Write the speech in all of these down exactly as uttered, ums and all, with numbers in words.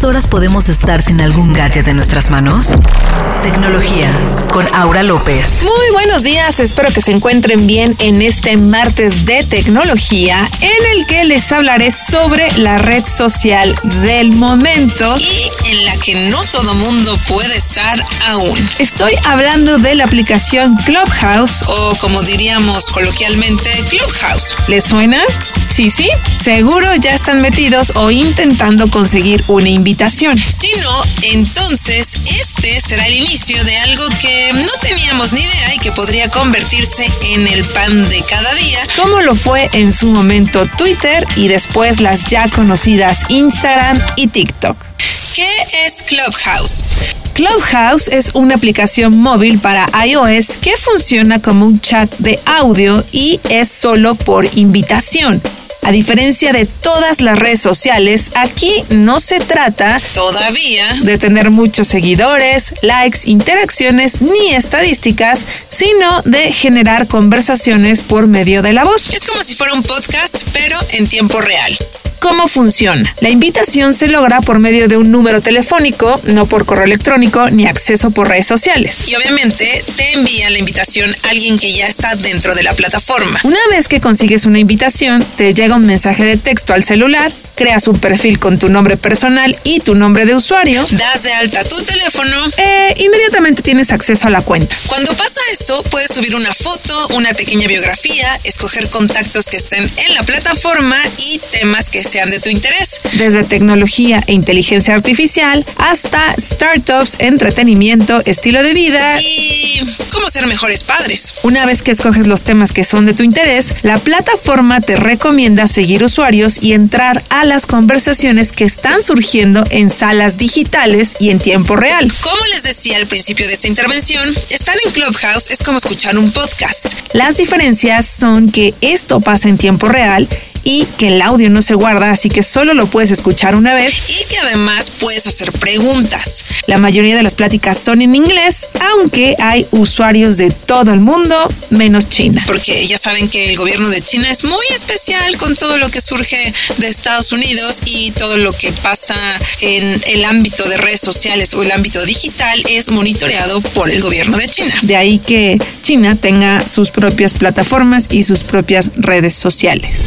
¿Cuántas horas podemos estar sin algún gadget en nuestras manos? Tecnología, con Aura López. Muy buenos días, espero que se encuentren bien en este martes de tecnología, en el que les hablaré sobre la red social del momento y en la que no todo mundo puede estar aún. Estoy hablando de la aplicación Clubhouse, o como diríamos coloquialmente, Clubhouse. ¿Les suena? Sí, sí, seguro ya están metidos o intentando conseguir una invitación. Si no, entonces este será el inicio de algo que no teníamos ni idea y que podría convertirse en el pan de cada día, como lo fue en su momento Twitter y después las ya conocidas Instagram y TikTok. ¿Qué es Clubhouse? Clubhouse es una aplicación móvil para iOS que funciona como un chat de audio y es solo por invitación. A diferencia de todas las redes sociales, aquí no se trata todavía de tener muchos seguidores, likes, interacciones ni estadísticas, sino de generar conversaciones por medio de la voz. Es como si fuera un podcast, pero en tiempo real. ¿Cómo funciona? La invitación se logra por medio de un número telefónico, no por correo electrónico ni acceso por redes sociales. Y obviamente te envía la invitación a alguien que ya está dentro de la plataforma. Una vez que consigues una invitación, te llega un mensaje de texto al celular, creas un perfil con tu nombre personal y tu nombre de usuario, das de alta tu teléfono, e inmediatamente tienes acceso a la cuenta. Cuando pasa eso, puedes subir una foto, una pequeña biografía, escoger contactos que estén en la plataforma y temas que sean de tu interés. Desde tecnología e inteligencia artificial hasta startups, entretenimiento, estilo de vida y cómo ser mejores padres. Una vez que escoges los temas que son de tu interés, la plataforma te recomienda seguir usuarios y entrar a las conversaciones que están surgiendo en salas digitales y en tiempo real. Como les decía al principio de esta intervención, estar en Clubhouse es como escuchar un podcast. Las diferencias son que esto pasa en tiempo real y que el audio no se guarda, así que solo lo puedes escuchar una vez. Y que además puedes hacer preguntas. La mayoría de las pláticas son en inglés, aunque hay usuarios de todo el mundo, menos China. Porque ya saben que el gobierno de China es muy especial con todo lo que surge de Estados Unidos y todo lo que pasa en el ámbito de redes sociales o el ámbito digital es monitoreado por el gobierno de China. De ahí que China tenga sus propias plataformas y sus propias redes sociales.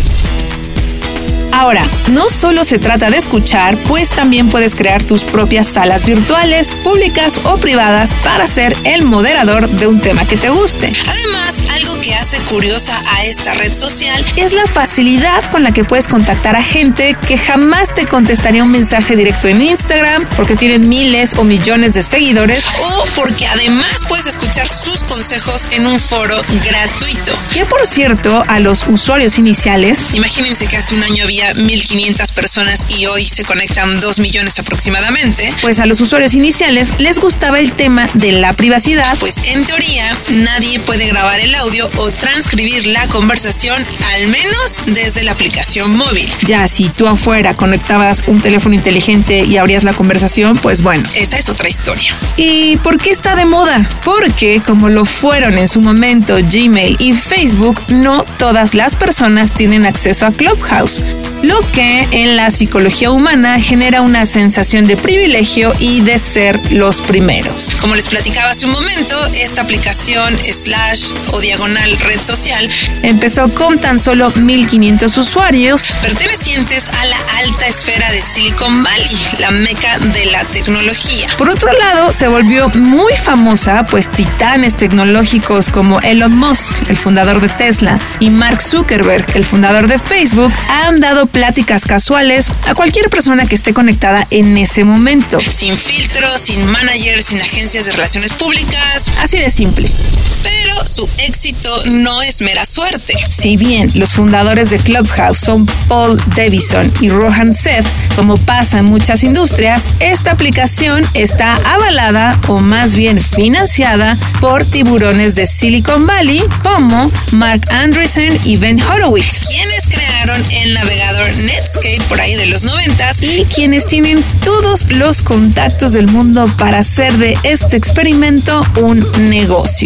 Ahora, no solo se trata de escuchar, pues también puedes crear tus propias salas virtuales, públicas o privadas para ser el moderador de un tema que te guste. Además, algo que hace curiosa a esta red social es la facilidad con la que puedes contactar a gente que jamás te contestaría un mensaje directo en Instagram porque tienen miles o millones de seguidores o porque además puedes escuchar sus consejos en un foro gratuito. Que por cierto, a los usuarios iniciales, imagínense que hace un año había mil quinientas personas y hoy se conectan dos millones aproximadamente. Pues a los usuarios iniciales les gustaba el tema de la privacidad. Pues en teoría nadie puede grabar el audio o transcribir la conversación, al menos desde la aplicación móvil. Ya si tú afuera conectabas un teléfono inteligente y abrías la conversación, pues bueno. Esa es otra historia. ¿Y por qué está de moda? Porque como lo fueron en su momento Gmail y Facebook, no todas las personas tienen acceso a Clubhouse, lo que en la psicología humana genera una sensación de privilegio y de ser los primeros. Como les platicaba hace un momento, esta aplicación slash o diagonal red social empezó con tan solo mil quinientos usuarios pertenecientes a la alta esfera de Silicon Valley, la meca de la tecnología. Por otro lado, se volvió muy famosa, pues titanes tecnológicos como Elon Musk, el fundador de Tesla, y Mark Zuckerberg, el fundador de Facebook, han dado pláticas casuales a cualquier persona que esté conectada en ese momento. Sin filtros, sin managers, sin agencias de relaciones públicas. Así de simple. Pero su éxito no es mera suerte. Si bien los fundadores de Clubhouse son Paul Davison y Rohan Seth, como pasa en muchas industrias, esta aplicación está avalada o más bien financiada por tiburones de Silicon Valley como Mark Andreessen y Ben Horowitz, quienes crearon el navegador Netscape por ahí de los noventas y quienes tienen todos los contactos del mundo para hacer de este experimento un negocio. De ahí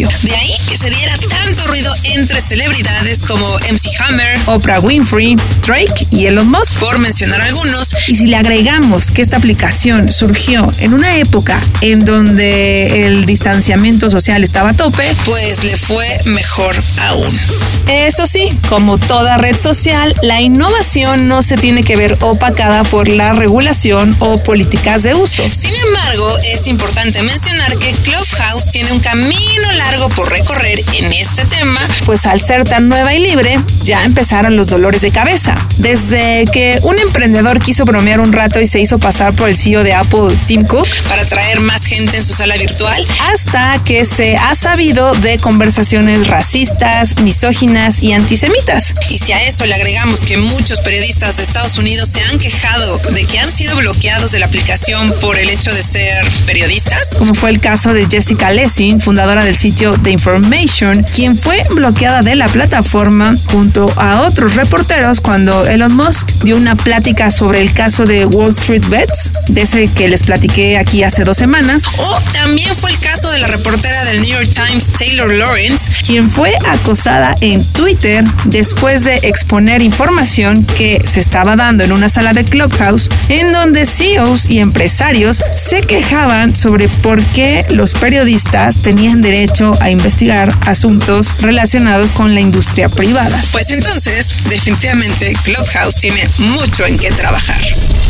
ahí que se diera tanto ruido entre celebridades como M C Hammer, Oprah Winfrey, Drake y Elon Musk, por mencionar algunos. Y si le agregamos que esta aplicación surgió en una época en donde el distanciamiento social estaba a tope, pues le fue mejor aún. Eso sí, como toda red social, la innovación no se tiene que ver opacada por la regulación o políticas de uso. Sin embargo, es importante mencionar que Clubhouse tiene un camino largo por recorrer en este tema, pues al ser tan nueva y libre, ya empezaron los dolores de cabeza. Desde que un emprendedor quiso bromear un rato y se hizo pasar por el C E O de Apple, Tim Cook, para traer más gente en su sala virtual, hasta que se ha sabido de conversaciones racistas, misóginas y antisemitas. Y si a eso le agregamos que muchos periodistas de Estados Unidos se han quejado de que han sido bloqueados de la aplicación por el hecho de ser periodistas, como fue el caso de Jessica Lessing, fundadora del sitio The Information, quien fue bloqueada de la plataforma junto a otros reporteros cuando Elon Musk dio una plática sobre el caso de Wall Street Bets, de ese que les platiqué aquí hace dos semanas. O también fue el caso de la reportera del New York Times, Taylor Lawrence, quien fue acosada en Twitter después de exponer información que se estaba dando en una sala de Clubhouse, en donde C E Os y empresarios se quejaban sobre por qué los periodistas tenían derecho a investigar asuntos relacionados con la industria privada. Pues entonces, definitivamente, Clubhouse tiene mucho en qué trabajar.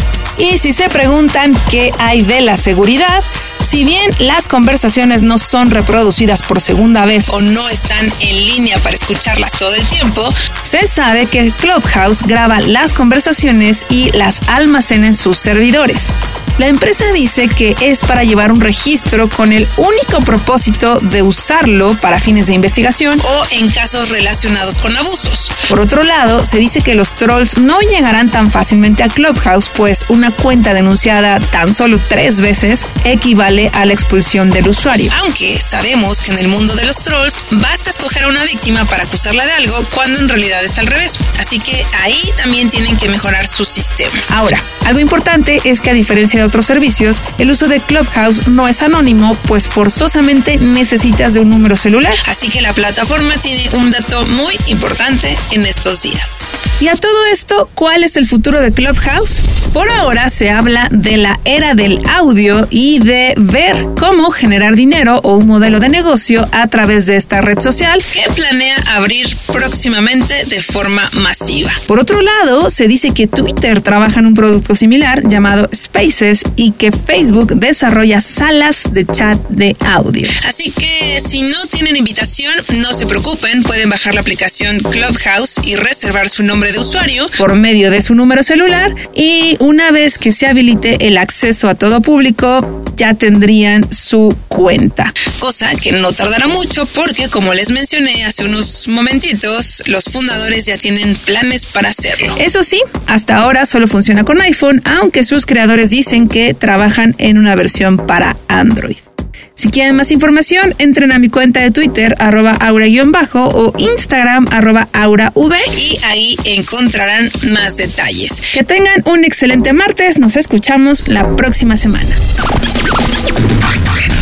Y si se preguntan qué hay de la seguridad, si bien las conversaciones no son reproducidas por segunda vez o no están en línea para escucharlas todo el tiempo, se sabe que Clubhouse graba las conversaciones y las almacena en sus servidores. La empresa dice que es para llevar un registro con el único propósito de usarlo para fines de investigación o en casos relacionados con abusos. Por otro lado, se dice que los trolls no llegarán tan fácilmente a Clubhouse, pues una cuenta denunciada tan solo tres veces equivale a la expulsión del usuario. Aunque sabemos que en el mundo de los trolls basta escoger a una víctima para acusarla de algo cuando en realidad es al revés. Así que ahí también tienen que mejorar su sistema. Ahora, algo importante es que a diferencia de otros servicios, el uso de Clubhouse no es anónimo, pues forzosamente necesitas de un número celular. Así que la plataforma tiene un dato muy importante en estos días. Y a todo esto, ¿cuál es el futuro de Clubhouse? Por ahora se habla de la era del audio y de ver cómo generar dinero o un modelo de negocio a través de esta red social que planea abrir próximamente de forma masiva. Por otro lado, se dice que Twitter trabaja en un producto similar llamado Spaces y que Facebook desarrolla salas de chat de audio. Así que si no tienen invitación, no se preocupen, pueden bajar la aplicación Clubhouse y reservar su nombre de usuario por medio de su número celular, y una vez que se habilite el acceso a todo público, ya tendrían su cuenta. Cosa que no tardará mucho porque, como les mencioné hace unos momentitos, los fundadores ya tienen planes para hacerlo. Eso sí, hasta ahora solo funciona con iPhone, aunque sus creadores dicen que trabajan en una versión para Android. Si quieren más información, entren a mi cuenta de Twitter, arroba aura-bajo, o Instagram, arroba aurav, y ahí encontrarán más detalles. Que tengan un excelente martes, nos escuchamos la próxima semana.